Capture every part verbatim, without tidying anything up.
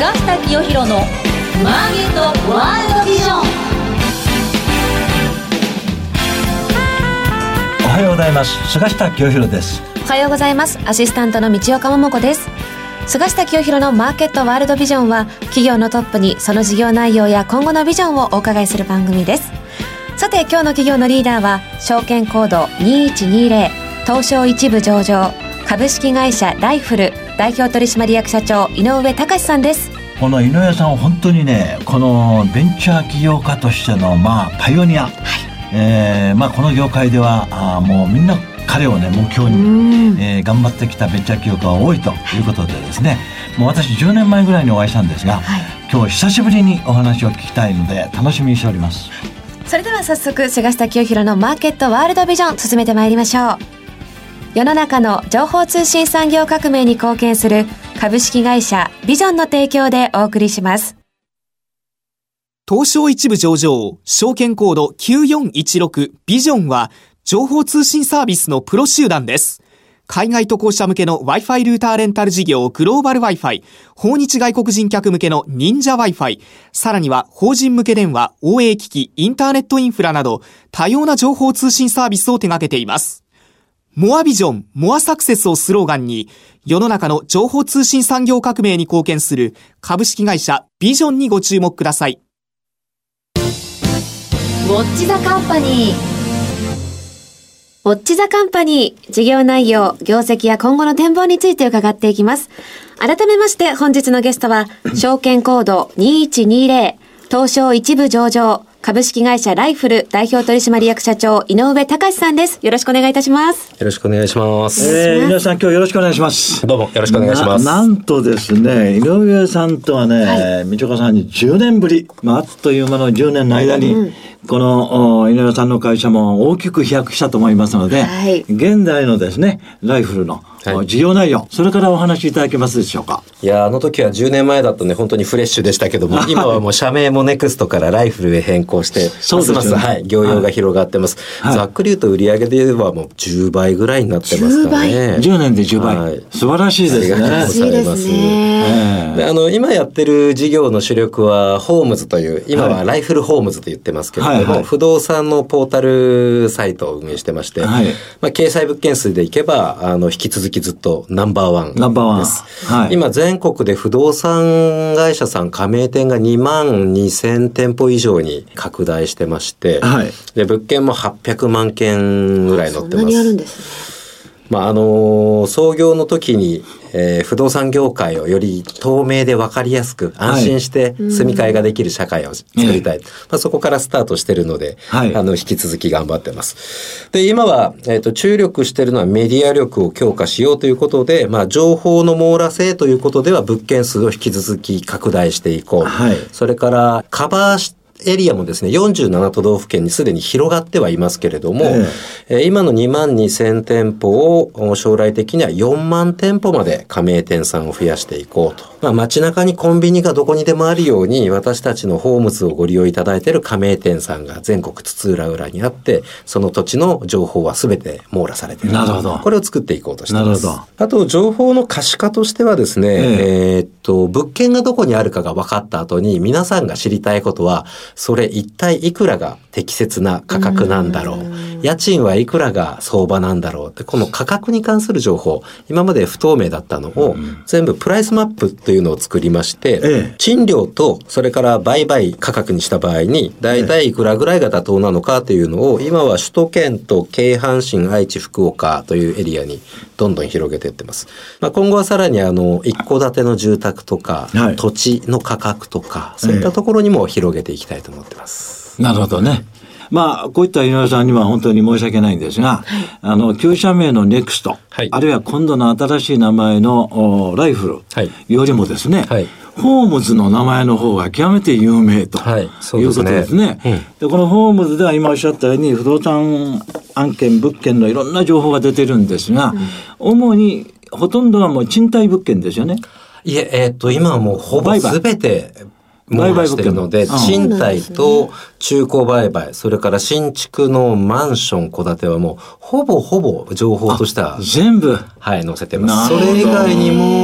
下清弘のマーケットワールドビジョン。 おはようございます。菅下清弘です。 おはようございます。アシスタントの道岡桃子です。菅下清弘のマーケットワールドビジョンは、企業のトップにその事業内容や今後のビジョンをお伺いする番組です。さて、今日の企業のリーダーは証券コードにいちにゼロ東証一部上場株式会社ライフル代表取締役社長井上隆さんです。 この井上さんは本当にね、このベンチャー起業家としてのまあパイオニア、はい、えーまあ、この業界ではあもうみんな彼をね目標に、えー、頑張ってきたベンチャー起業家が多いということでですね、もう私じゅうねんまえぐらいにお会いしたんですが、はい、今日久しぶりにお話を聞きたいので楽しみにしております。 それでは早速、菅下清弘のマーケットワールドビジョン進めてまいりましょう。世の中の情報通信産業革命に貢献する株式会社ビジョンの提供でお送りします。 東証一部上場証券コードきゅうよんいちろくビジョンは情報通信サービスのプロ集団です。海外渡航者向けの Wi-Fi ルーターレンタル事業グローバル Wi-Fi、訪日外国人客向けの忍者 Wi-Fi、さらには法人向け電話、オーエー 機器、インターネットインフラなど多様な情報通信サービスを手掛けています。モアビジョン、モアサクセスをスローガンに、世の中の情報通信産業革命に貢献する株式会社ビジョンにご注目ください。 ウォッチザカンパニー。 ウォッチザカンパニー、事業内容、業績や今後の展望について伺っていきます。改めまして本日のゲストは、証券コードにいちにゼロ東証一部上場株式会社ライフル代表取締役社長井上隆さんです。よろしくお願いいたします。 よろしくお願いします。 えー、井上さん、今日よろしくお願いします。 どうもよろしくお願いします。 な, なんとですね、井上さんとはね、はい、道岡さんにじゅうねんぶり、まあ、あっという間のじゅうねんの間に、うん、この井上さんの会社も大きく飛躍したと思いますので、はい、現代のですねライフルの事業内容、はい、それからお話しいただけますでしょうか。 いや、あの時はじゅうねんまえだとね、本当にフレッシュでしたけども今はもう社名もネクストからライフルへ変更してますます、はい、業用が広がってます、はい、ざっくり言うと売上ではもうじゅうばいぐらいになってますからね。 じゅうねんでじゅうばい、はい、素晴らしいですね。 ありがとうございます。で、あの今やってる事業の主力はホームズという、今はライフルホームズと言ってますけれども、はいはいはい、不動産のポータルサイトを運営してまして、はい、まあ、掲載物件数でいけばあの引き続きずっとナンバーワンです。 ナンバーワン、はい、 今全国で不動産会社さん加盟店がにまんにせんてんぽ以上に拡大してまして、はい、で物件もはっぴゃくまんけんぐらい載ってます。そんなにあるんですね。まああのー、創業の時に、えー、不動産業界をより透明で分かりやすく安心して住み替えができる社会を作りたい、はい、まあ、そこからスタートしてるので、はい、あの引き続き頑張ってます。で、今は、えーと、注力してるのはメディア力を強化しようということで、まあ、情報の網羅性ということでは物件数を引き続き拡大していこう、はい、それからカバーしてエリアもですね、よんじゅうななとどうふけんにすでに広がってはいますけれども、えー、今のにまんにせんてんぽを将来的にはよんまんてんぽまで加盟店さんを増やしていこうと。まあ、街中にコンビニがどこにでもあるように、私たちのホームズをご利用いただいている加盟店さんが全国津々浦々にあって、その土地の情報は全て網羅されている。 なるほど。 これを作っていこうとしています。 なるほど。 あと、情報の可視化としてはですね、えー、えーっと、物件がどこにあるかが分かった後に、皆さんが知りたいことは、それ一体いくらが適切な価格なんだろう、家賃はいくらが相場なんだろうって、この価格に関する情報、今まで不透明だったのを、全部プライスマップというのを作りまして、ええ、賃料とそれから売買価格にした場合にだいたいいくらぐらいが妥当なのかというのを、今は首都圏と京阪神、愛知、福岡というエリアにどんどん広げていってます。まあ、今後はさらにあの一戸建ての住宅とか、はい、土地の価格とかそういったところにも広げていきたいと思ってます。 なるほどね。まあ、こういった井上さんには本当に申し訳ないんですが、あの旧社名のネクスト、はい、あるいは今度の新しい名前のライフルよりもですね、はい、ホームズの名前の方が極めて有名と、はい、そういうことですね。うん、でこのホームズでは今おっしゃったように不動産案件物件のいろんな情報が出てるんですが、うん、主にほとんどはもう賃貸物件ですよね。 いえ、えー、っと今はもうほぼ全て網羅しているので、賃貸と中古売買、それから新築のマンション、戸建てはもうほぼほぼ情報としては全部はい載せてます。それ以外にも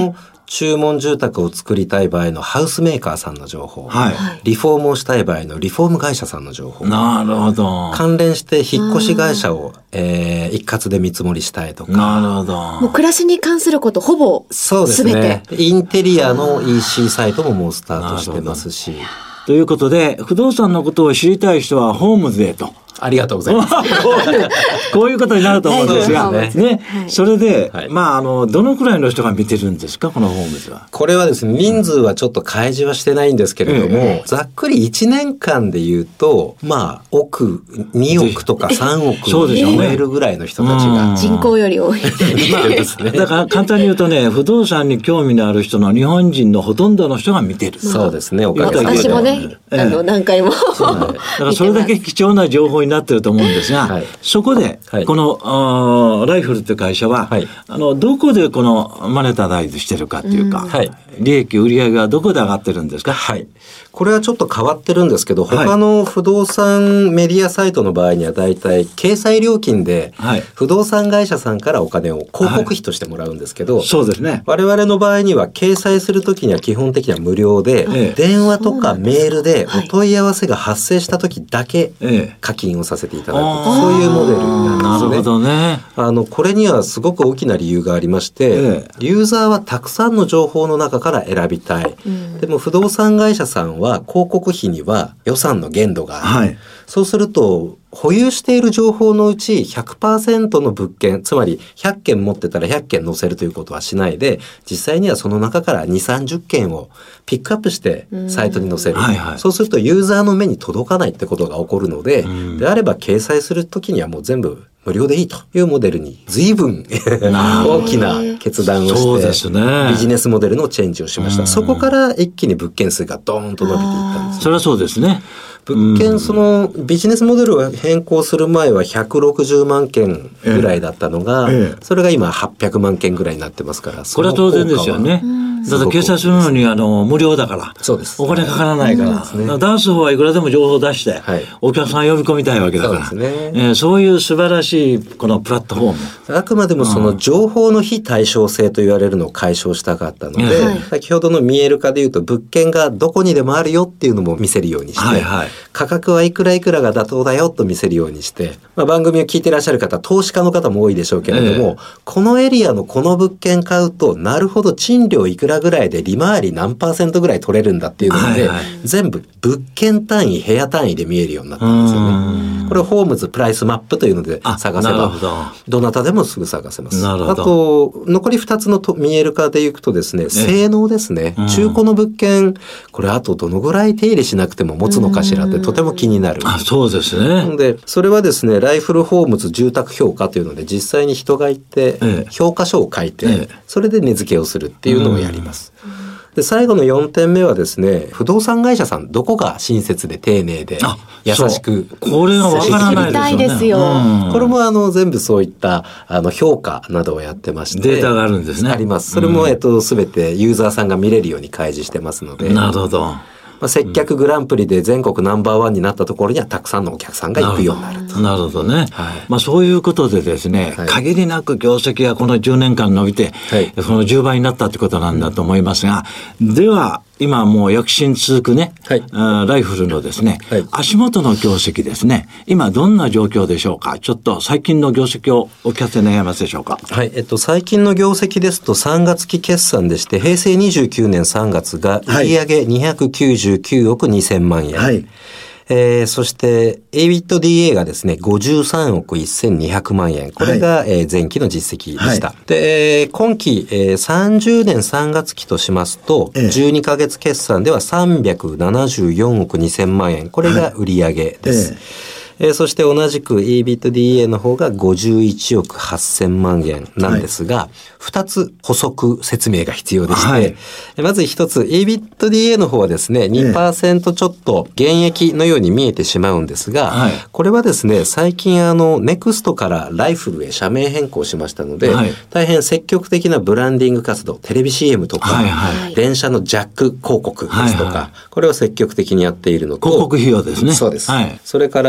注文住宅を作りたい場合のハウスメーカーさんの情報、 はい、 リフォームをしたい場合のリフォーム会社さんの情報、 なるほど。 関連して引っ越し会社を、えー、一括で見積もりしたいとか。 なるほど。 もう暮らしに関することほぼそうですね。インテリアの イーシー サイトももうスタートしてますし。 ということで、不動産のことを知りたい人はホームズへと。 ありがとうございます。 こういうことになると思うんですが、 はい、 ね、はい、それで、 はい、 まあ、あの、どのくらいの人が見てるんですか、このホームズは。 これはですね、人数はちょっと開示はしてないんですけれども、ええ、ざっくりいちねんかんで言うと、まあ、億、におくとかさんおくを超えるぐらいの人たちが。 人口より多い。 まあですね。だから簡単に言うとね、不動産に興味のある人の日本人のほとんどの人が見てる。 そうですね、おかげさまで。 私もね、あの、何回も。 だからそれだけ貴重な情報になってると思うんですが、はい、そこで、はい、このライフルという会社は、はい、あのどこでこのマネタライズしてるかっていうか、うん、はい、利益売上がどこで上がってるんですか。 はい、これはちょっと変わってるんですけど、他の不動産メディアサイトの場合にはだいたい掲載料金で不動産会社さんからお金を広告費としてもらうんですけど、はい、 そうですね、 我々の場合には掲載するときには基本的には無料で、ええ、電話とかメールでお問い合わせが発生したときだけ課金をさせていただく、ええ、そういうモデルなんですね。 なるほどね。 あのこれにはすごく大きな理由がありまして、ええ、ユーザーはたくさんの情報の中から選びたい、うん、でも不動産会社さんは広告費には予算の限度がある、はい、そうすると保有している情報のうち ひゃくパーセント の物件、つまりひゃっけん持ってたらひゃっけん載せるということはしないで、実際にはその中からにじゅう、さんじゅっけんをピックアップしてサイトに載せる、はいはい、そうするとユーザーの目に届かないってことが起こるので、であれば掲載するときにはもう全部無料でいいというモデルに随分大きな決断をして、 そうですね、 ビジネスモデルのチェンジをしました。そこから一気に物件数がドーンと伸びていったんです。 それはそうですね。 物件、そのビジネスモデルを変更する前はひゃくろくじゅうまんけんぐらいだったのが、ええ、それが今はっぴゃくまんけんぐらいになってますから、 これは当然ですよね。だから掲載するのにあの無料だから、 そうです、 お金かからないから、うん、ね、ダンス方はいくらでも情報を出して、はい、お客さん呼び込みたいわけだから、そうですね、えー、そういう素晴らしいこのプラットフォーム、 あくまでもその情報の非対称性と言われるのを解消したかったので、はい、先ほどの見える化でいうと物件がどこにでもあるよっていうのも見せるようにして、はいはい、価格はいくらいくらが妥当だよと見せるようにして、まあ、番組を聞いてらっしゃる方、投資家の方も多いでしょうけれども、えー、このエリアのこの物件買うとなるほど賃料いくらぐらいで利回り何パーセントぐらい取れるんだっていうので、はいはい、全部物件単位部屋単位で見えるようになったんですよね。これホームズプライスマップというので探せば ど, どなたでもすぐ探せます。あと残りふたつのと見える化でいくとですね、性能ですね、うん、中古の物件、これあとどのぐらい手入れしなくても持つのかしらってとても気になる。 あ、そうですね。 なのでそれはですね、ライフルホームズ住宅評価というので実際に人が行って評価書を書いて、ええ、それで値付けをするっていうのをやります。で最後のよんてんめはですね、不動産会社さんどこが親切で丁寧で優しく、 これがわからないですよね。 うん、これもあの全部そういったあの評価などをやってまして、 データがあるんですね。 あります。それも、うん、えっと全てユーザーさんが見れるように開示してますので。 なるほど。 まあ、接客グランプリで全国ナンバーワンになったところにはたくさんのお客さんが行くようになると。 なるほどね。はい、まあそういうことでですね、はい、限りなく業績がこのじゅうねんかん伸びて、はい、そのじゅうばいになったってことなんだと思いますが、では今もう躍進続くね、はい、あライフルのですね、はい、足元の業績ですね、今どんな状況でしょうか。ちょっと最近の業績をお聞かせ願えますでしょうか。 はい、えっと最近の業績ですとさんがつ期決算でして、平成にじゅうきゅうねんさんがつが売上にひゃくきゅうじゅうきゅうおくにせんまんえん、はい、えー、そして エービットディーエー がですねごじゅうさんおくせんにひゃくまんえん、これが、はい、えー、前期の実績でした、はい、で、えー、今期、えー、さんじゅうねんさんがつ期としますと、えー、じゅうにかげつ決算ではさんびゃくななじゅうよんおくにせんまんえん、これが売上です、はい、えーえー、そして同じく エービットディーエー の方がごじゅういちおくはっせんまんえんなんですが、はい、ふたつ補足説明が必要でして、はい、まずひとつ エービットディーエー の方はですね にパーセント ちょっと減益のように見えてしまうんですが、はい、これはですね最近あのネクストからライフルへ社名変更しましたので、はい、大変積極的なブランディング活動、テレビ シーエム とか、はいはい、電車のジャック広告ですとか、はいはい、これを積極的にやっているのと、 広告費用ですね。 そうです、 はい、 それから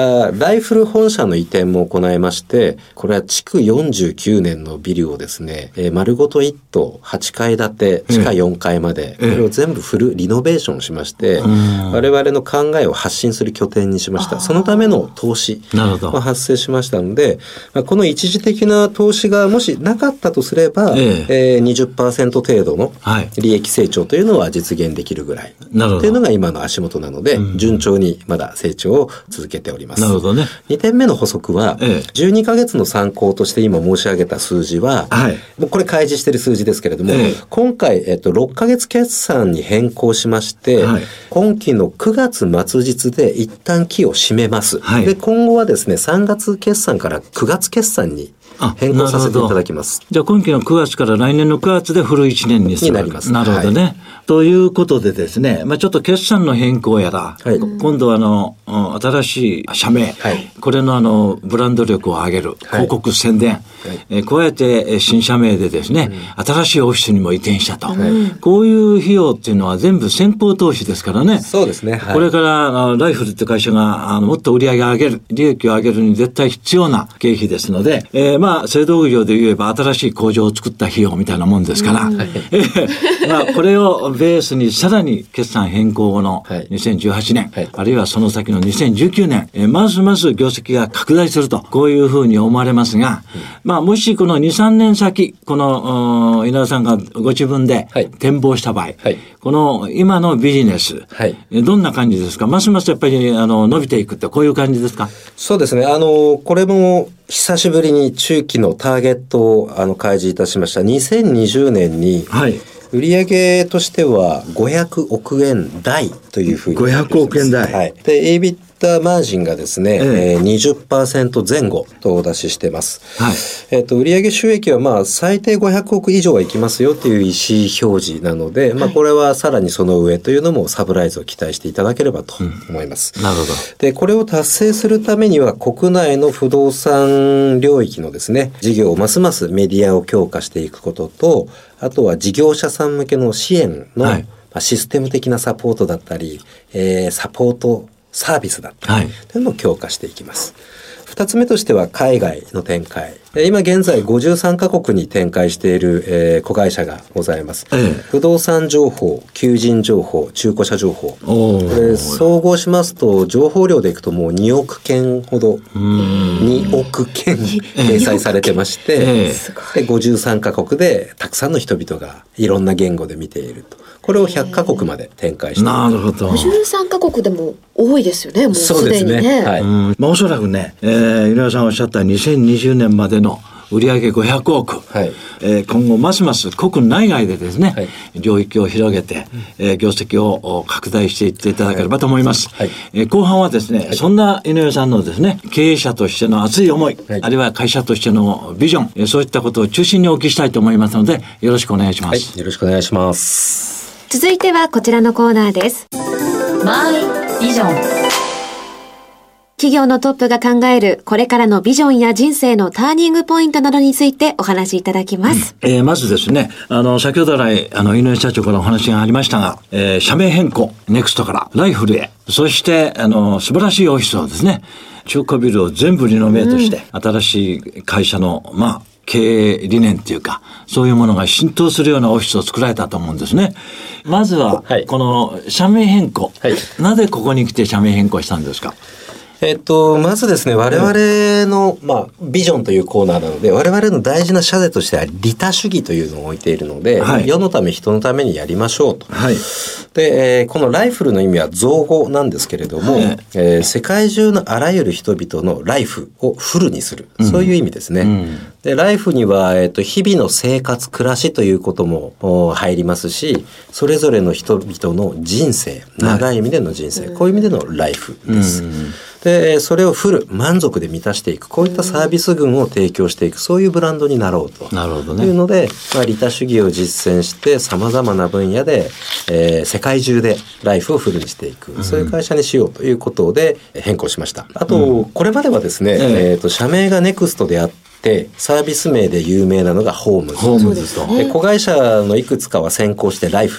ライフル本社の移転も行いまして、これは築よんじゅうきゅうねんのビルをですね、えー、丸ごといっ棟はちかい建て地下よんかいまで、これを全部フルリノベーションしまして、我々の考えを発信する拠点にしました。そのための投資が発生しましたので、この一時的な投資がもしなかったとすれば、えええー、にじゅっパーセント 程度の利益成長というのは実現できるぐらいというのが今の足元なので、うん、順調にまだ成長を続けております。 なるほどね。 にてんめの補足は、ええ、じゅうにかげつの参考として今申し上げた数字は、はい、もうこれ開示している数字ですけれども、ええ、今回、えっと、ろっかげつ決算に変更しまして、はい、今期のくがつ末日で一旦期を締めます、はい、で今後はですねさんがつ決算からくがつ決算に変更させていただきます。 じゃあ今期のくがつから来年のくがつでフルいちねんにするになります。 なるほどね、はい、ということでですね、まあ、ちょっと決算の変更やら、はい、今度はあの新しい社名、はい、これのあのブランド力を上げる、はい、広告宣伝、はい、え加えて新社名でですね、うん、新しいオフィスにも移転したと、はい、こういう費用っていうのは全部先行投資ですからね。 そうですね、はい、 これからライフルって会社があのもっと売り上げを上げる、利益を上げるに絶対必要な経費ですので、えー、まあ製造業で言えば新しい工場を作った費用みたいなもんですから、うんまあ、これをベースにさらに決算変更後のにせんじゅうはちねん、はい、あるいはその先のにせんじゅうきゅうねん、えー、ますます業績が拡大すると、こういうふうに思われますが、うんまあ、もしこのにさんねん先、この稲田さんがご自分で展望した場合、はいはい、この今のビジネス、はい、どんな感じですか？ますますやっぱりあの伸びていくってこういう感じですか？ そうですね、あのこれも久しぶりに中期のターゲットをあの開示いたしました。にせんにじゅうねんに売上としてはごひゃくおくえん台というふうにごひゃくおくえん台、 はい、で エービッタ マージンがですね、ええ、にじゅっパーセント 前後とお出ししてます、はいえー、と売上収益はまあ最低ごひゃくおく以上はいきますよという意思表示なので、はいまあ、これはさらにその上というのもサプライズを期待していただければと思います、 うん、なるほど。 でこれを達成するためには国内の不動産領域のですね事業をますますメディアを強化していくことと、あとは事業者さん向けの支援の、はいまあ、システム的なサポートだったり、えー、サポートサービスだったり、はい、というのを強化していきます。二つ目としては海外の展開。今現在ごじゅうさんカ国に展開している、えー、子会社がございます、ええ、不動産情報、求人情報、中古車情報、これ総合しますと情報量でいくともうにおくけんほどにおくけん掲載されてまして、ええ、でごじゅうさんカ国でたくさんの人々がいろんな言語で見ていると。これをひゃっカ国まで展開している。 なるほど。 ごじゅうさんカ国でも多いですよね、もうすでにね。そうですね。はい。 うんまあ、おそらくね、えー、井上さんおっしゃったにせんにじゅうねんまでの売上ごひゃくおく、はいえー、今後ますます国内外でですね、はい、領域を広げて、えー、業績を拡大していっていただければと思います、はいえー、後半はですね、はい、そんな井上さんのですね経営者としての熱い思い、はい、あるいは会社としてのビジョン、えー、そういったことを中心にお聞きしたいと思いますのでよろしくお願いします、 はい、よろしくお願いします。 続いてはこちらのコーナーです。 マイビジョン。 企業のトップが考えるこれからのビジョンや人生のターニングポイントなどについてお話しいただきます、 うんえー、まずですねあの先ほど来あの井上社長からお話がありましたが、えー、社名変更ネクストからライフルへ、そしてあの素晴らしいオフィスをですね中古ビルを全部リノベートして、うん、新しい会社のまあ経営理念っていうかそういうものが浸透するようなオフィスを作られたと思うんですね。まずはこの社名変更、はい、なぜここに来て社名変更したんですか？ えっと、まずですね、我々の、まあ、ビジョンというコーナーなので、我々の大事な社税としては利他主義というのを置いているので、はい、世のため人のためにやりましょうと。はい、で、えー、このライフルの意味は造語なんですけれども、はいえー、世界中のあらゆる人々のライフをフルにする。そういう意味ですね。うん、で、ライフには、えっと、日々の生活、暮らしということも入りますし、それぞれの人々の人生、長い意味での人生、はい、こういう意味でのライフです。うんで、それをフル、満足で満たしていく、こういったサービス群を提供していく、そういうブランドになろうと。 なるほどね。 いうので、まあ、利他主義を実践して、様々な分野で、えー、世界中でライフをフルにしていく、うん、そういう会社にしようということで変更しました。あと、うん、これまではですね、えーえーと、社名がネクストであって、サービス名で有名なのがホームズ。ホームズと。で、子会社のいくつかは先行してライフル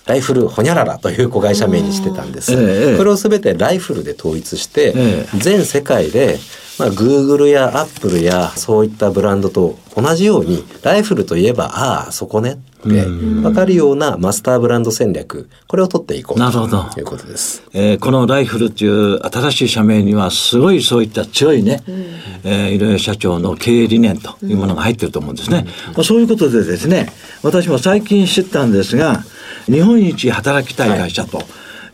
ライフルホニャララという子会社名にしてたんです、ええ、これをすべてライフルで統一して、ええ、全世界で、まあ、Google や Apple やそういったブランドと同じようにライフルといえばああそこねって分かるようなマスターブランド戦略、これを取っていこうということです。 えー、このライフルという新しい社名にはすごいそういった強いね、うんえー、井上社長の経営理念というものが入っていると思うんですね、うんまあ、そういうことでですね、私も最近知ったんですが、日本一働きたい会社と、はい、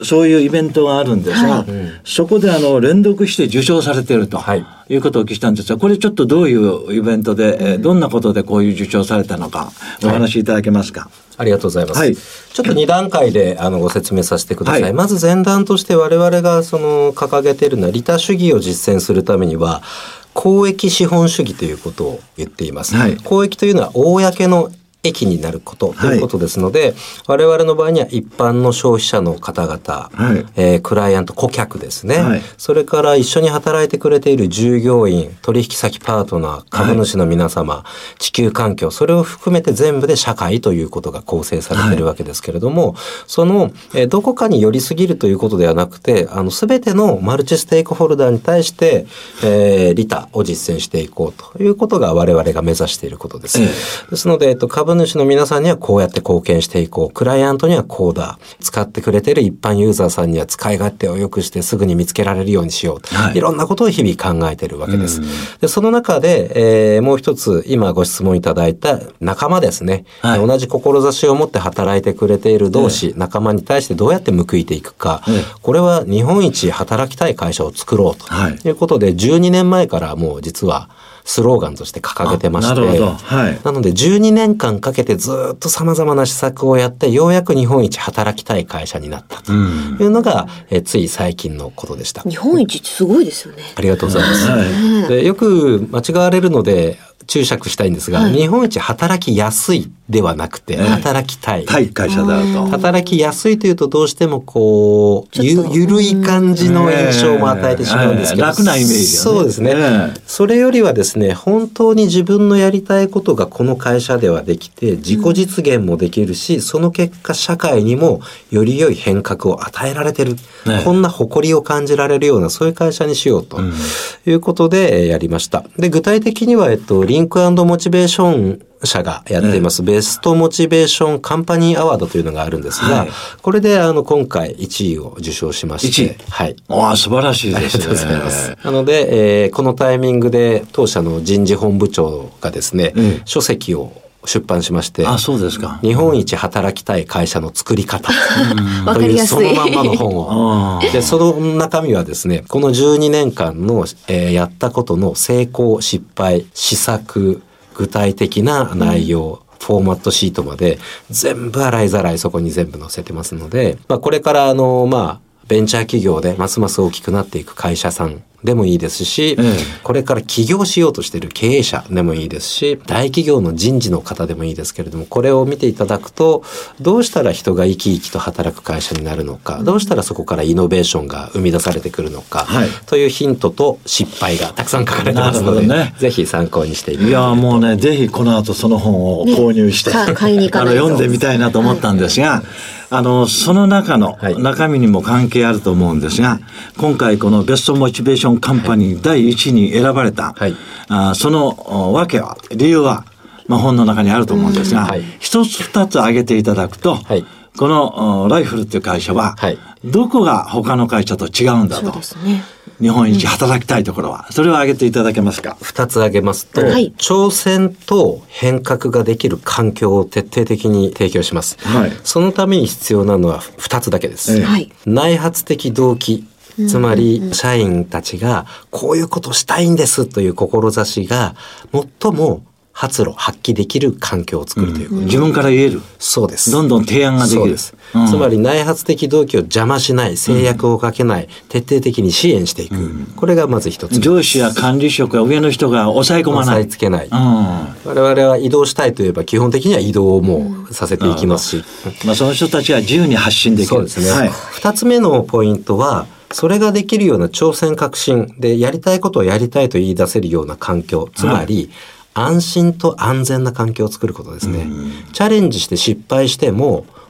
そういうイベントがあるんですが、はい、そこであの連続して受賞されていると、はい、いうことをお聞きしたんですが、これちょっとどういうイベントで、うん、どんなことでこういう受賞されたのかお話しいただけますか。はい、 ありがとうございます、はい、ちょっとに段階であのご説明させてください、はい、まず前段として我々がその掲げているのは利他主義を実践するためには公益資本主義ということを言っています、はい、公益というのは公の益になることということですので、はい、我々の場合には一般の消費者の方々、はいえー、クライアント顧客ですね、はい、それから一緒に働いてくれている従業員、取引先パートナー、株主の皆様、はい、地球環境、それを含めて全部で社会ということが構成されているわけですけれども、はい、その、えー、どこかに寄りすぎるということではなくて、あの全てのマルチステークホルダーに対して、えー、利他を実践していこうということが我々が目指していることです、えー、ですので、えっと、株株主の皆さんにはこうやって貢献していこう。クライアントにはこうだ。使ってくれている一般ユーザーさんには使い勝手を良くしてすぐに見つけられるようにしようと。はい、いろんなことを日々考えているわけです。で、その中で、えー、もう一つ今ご質問いただいた仲間ですね。はい、同じ志を持って働いてくれている同士、はい、仲間に対してどうやって報いていくか。はい、これは日本一働きたい会社を作ろうということで、じゅうにねんまえからもう実はスローガンとして掲げてまして、なるほど、はい、なのでじゅうにねんかんかけてずっと様々な施策をやってようやく日本一働きたい会社になったというのが、うん、えつい最近のことでした。 日本一ってすごいですよね。 ありがとうございます。はい、でよく間違われるので注釈したいんですが、はい、日本一働きやすいではなくて、働きたい。 たい会社だと。 働きやすいというとどうしてもこう、ゆ、ゆるい感じの印象も与えてしまうんですけど。 楽なイメージ、ね、 そうですね、えー。それよりはですね、本当に自分のやりたいことがこの会社ではできて、自己実現もできるし、うん、その結果社会にもより良い変革を与えられてる。ね、こんな誇りを感じられるようなそういう会社にしようということでやりました。で、具体的には、えっと、リンク&モチベーション社がやっています、うん、ベストモチベーションカンパニーアワードというのがあるんですが、はい、これであの今回いちいを受賞しまして、いちい、 はい、ああ素晴らしいですね。ありがとうございます。 なので、えー、このタイミングで当社の人事本部長がですね、うん、書籍を出版しまして、 あ、そうですか。 日本一働きたい会社の作り方というそのまんまの本をで、その中身はですね、このじゅうにねんかんの、えー、やったことの成功失敗施策、具体的な内容、うん、フォーマットシートまで全部洗いざらいそこに全部載せてますので、まあ、これからあのまあベンチャー企業でますます大きくなっていく会社さんでもいいですし、うん、これから起業しようとしている経営者でもいいですし、大企業の人事の方でもいいですけれども、これを見ていただくと、どうしたら人が生き生きと働く会社になるのか、どうしたらそこからイノベーションが生み出されてくるのか、はい、というヒントと失敗がたくさん書かれてますので、ね、ぜひ参考にしていただきたい。 いやもうね、ぜひこの後その本を購入して、ね、買いに行かないとあの読んでみたいなと思ったんですが、はい、あのその中の中身にも関係あると思うんですが、今回このベストモチベーションカンパニーだいいちいに選ばれた、はい、あその訳は理由は、まあ、本の中にあると思うんですが、はい、一つ二つ挙げていただくと、はい、このライフルっていう会社は、はい、どこが他の会社と違うんだと。そうですね。日本一働きたいところは、うん、それを挙げていただけますか。 二つ挙げますと、はい、挑戦と変革ができる環境を徹底的に提供します。はい、そのために必要なのは二つだけです。はい、内発的動機。つまり社員たちがこういうことしたいんですという志が最も発露発揮できる環境を作るということ、うん、 自分から言える。 そうです。 どんどん提案ができる。 そうです、うん、つまり内発的動機を邪魔しない、制約をかけない、うん、徹底的に支援していく、うん、これがまず一つ。 上司や管理職や上の人が抑え込まない、 抑えつけない、うん、我々は移動したいといえば基本的には移動をもうさせていきますし、うんまあ、その人たちは自由に発信できる。 そうですね、はい、二つ目のポイントはそれができるような挑戦革新で、やりたいことをやりたいと言い出せるような環境、つまり、はい、安心と安全な環境を作ることですね。チャレンジして失敗しても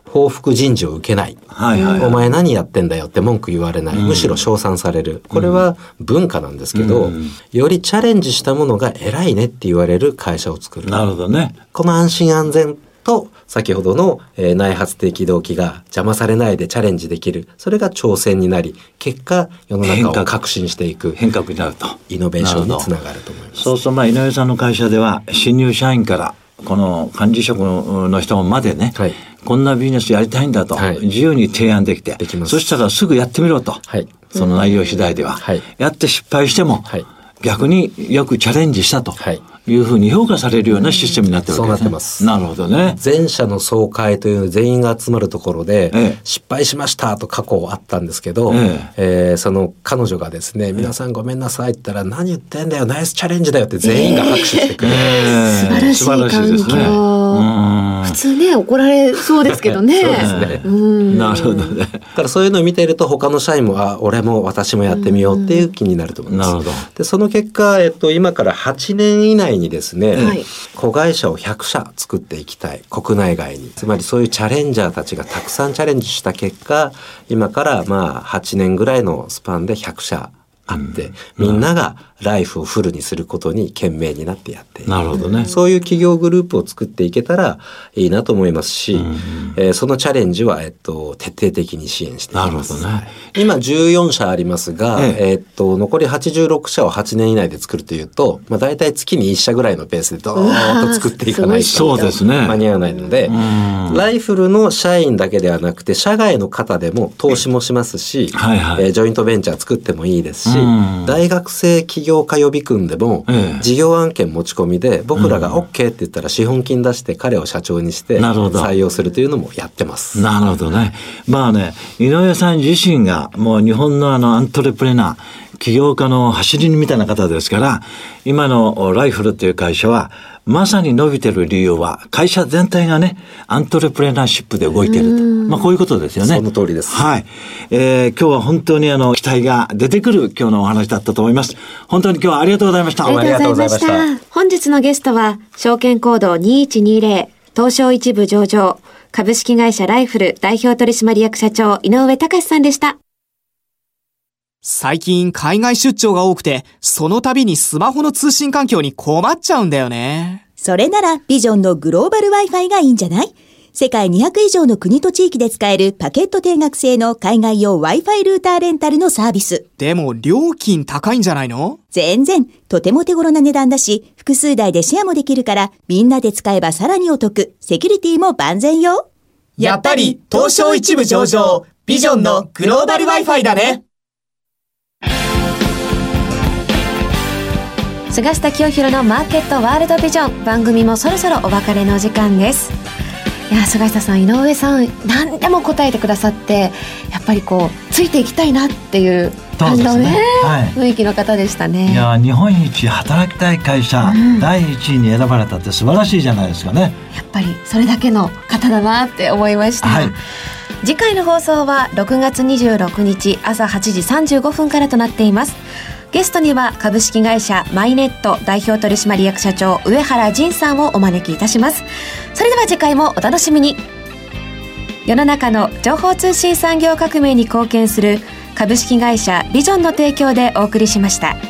報復人事を受けない、はいはいはい、お前何やってんだよって文句言われない、うん、むしろ称賛される。これは文化なんですけど、うん、よりチャレンジしたものが偉いねって言われる会社を作る。 なるほどね。 この安心安全と先ほどの、えー、内発的動機が邪魔されないでチャレンジできる。それが挑戦になり、結果世の中を革新していく変革になると、 イノベーションにつながると思います。 そうそう、まあ井上さんの会社では新入社員からこの管理職の人までね、はい、こんなビジネスやりたいんだと、はい、自由に提案できて、できます。そしたらすぐやってみろと、はい、その内容次第では、はい、やって失敗しても、はい、逆によくチャレンジしたと、はい、いうふうに評価されるようなシステムになってるわけですね。 そうなってます。 なるほどね。 全社の総会という全員が集まるところで、ええ、失敗しましたと過去あったんですけど、えええー、その彼女がですね、ええ、皆さんごめんなさいって言ったら、何言ってんだよ、ナイスチャレンジだよって全員が拍手してくれる、 えー、素晴らしい環境、ですね、普通ね怒られそうですけどね。そうですね。 うんなるほどね。 だからそういうのを見ていると他の社員もあ俺も私もやってみようっていう気になると思います。なるほど。でその結果、えっと、今からはちねん以内にですね、はい、子会社をひゃくしゃ作っていきたい、国内外に。つまりそういうチャレンジャーたちがたくさんチャレンジした結果、今からまあはちねんぐらいのスパンでひゃくしゃあって、うん、みんながライフをフルにすることに懸命になってやっている。 なるほどね。 そういう企業グループを作っていけたらいいなと思いますし、うんえー、そのチャレンジは、えっと、徹底的に支援していきます。 なるほどね。 今じゅうよんしゃありますが、えええー、っと残りはちじゅうろくしゃをはちねん以内で作るというと、まあ、大体月にいっしゃぐらいのペースでドーンと作っていかないとそうですね、 間に合わないので、うん、ライフルの社員だけではなくて社外の方でも投資もしますし、はいはいえー、ジョイントベンチャー作ってもいいですし、うん、大学生起業家予備軍でも、ええ、事業案件持ち込みで僕らが OK って言ったら資本金出して彼を社長にして採用するというのもやってます。 なるほどね。まあね、井上さん自身がもう日本のあのアントレプレナー起業家の走りみたいな方ですから、今のライフルという会社はまさに伸びてる理由は会社全体がねアントレプレナーシップで動いていると、まあこういうことですよね。 その通りです。 はい、えー、今日は本当にあの期待が出てくる今日のお話だったと思います。本当に今日はありがとうございました。 ありがとうございました。本日のゲストは証券コードにいちにぜろ東証一部上場株式会社ライフル代表取締役社長井上隆さんでした。 最近海外出張が多くて、その度にスマホの通信環境に困っちゃうんだよね。 それならビジョンのグローバル Wi-Fi がいいんじゃない？世界にひゃく以上の国と地域で使えるパケット定額制の海外用 Wi-Fi ルーターレンタルのサービス。 でも料金高いんじゃないの？ 全然、とても手頃な値段だし、複数台でシェアもできるから、みんなで使えばさらにお得。セキュリティも万全よ。 やっぱり東証一部上場、ビジョンのグローバル Wi-Fi だね。 菅下清弘のマーケットワールドビジョン、番組もそろそろお別れの時間です。いや菅下さん、井上さん何でも答えてくださって、やっぱりこうついていきたいなっていう感じの ね, ね、はい、雰囲気の方でしたね。 いや日本一働きたい会社、うん、だいいちいに選ばれたって素晴らしいじゃないですかね。 やっぱりそれだけの方だなって思いました、はい、次回の放送はろくがつにじゅうろくにち朝はちじさんじゅうごふんからとなっています。ゲストには株式会社マイネット代表取締役社長上原仁さんをお招きいたします。それでは次回もお楽しみに。世の中の情報通信産業革命に貢献する株式会社ビジョンの提供でお送りしました。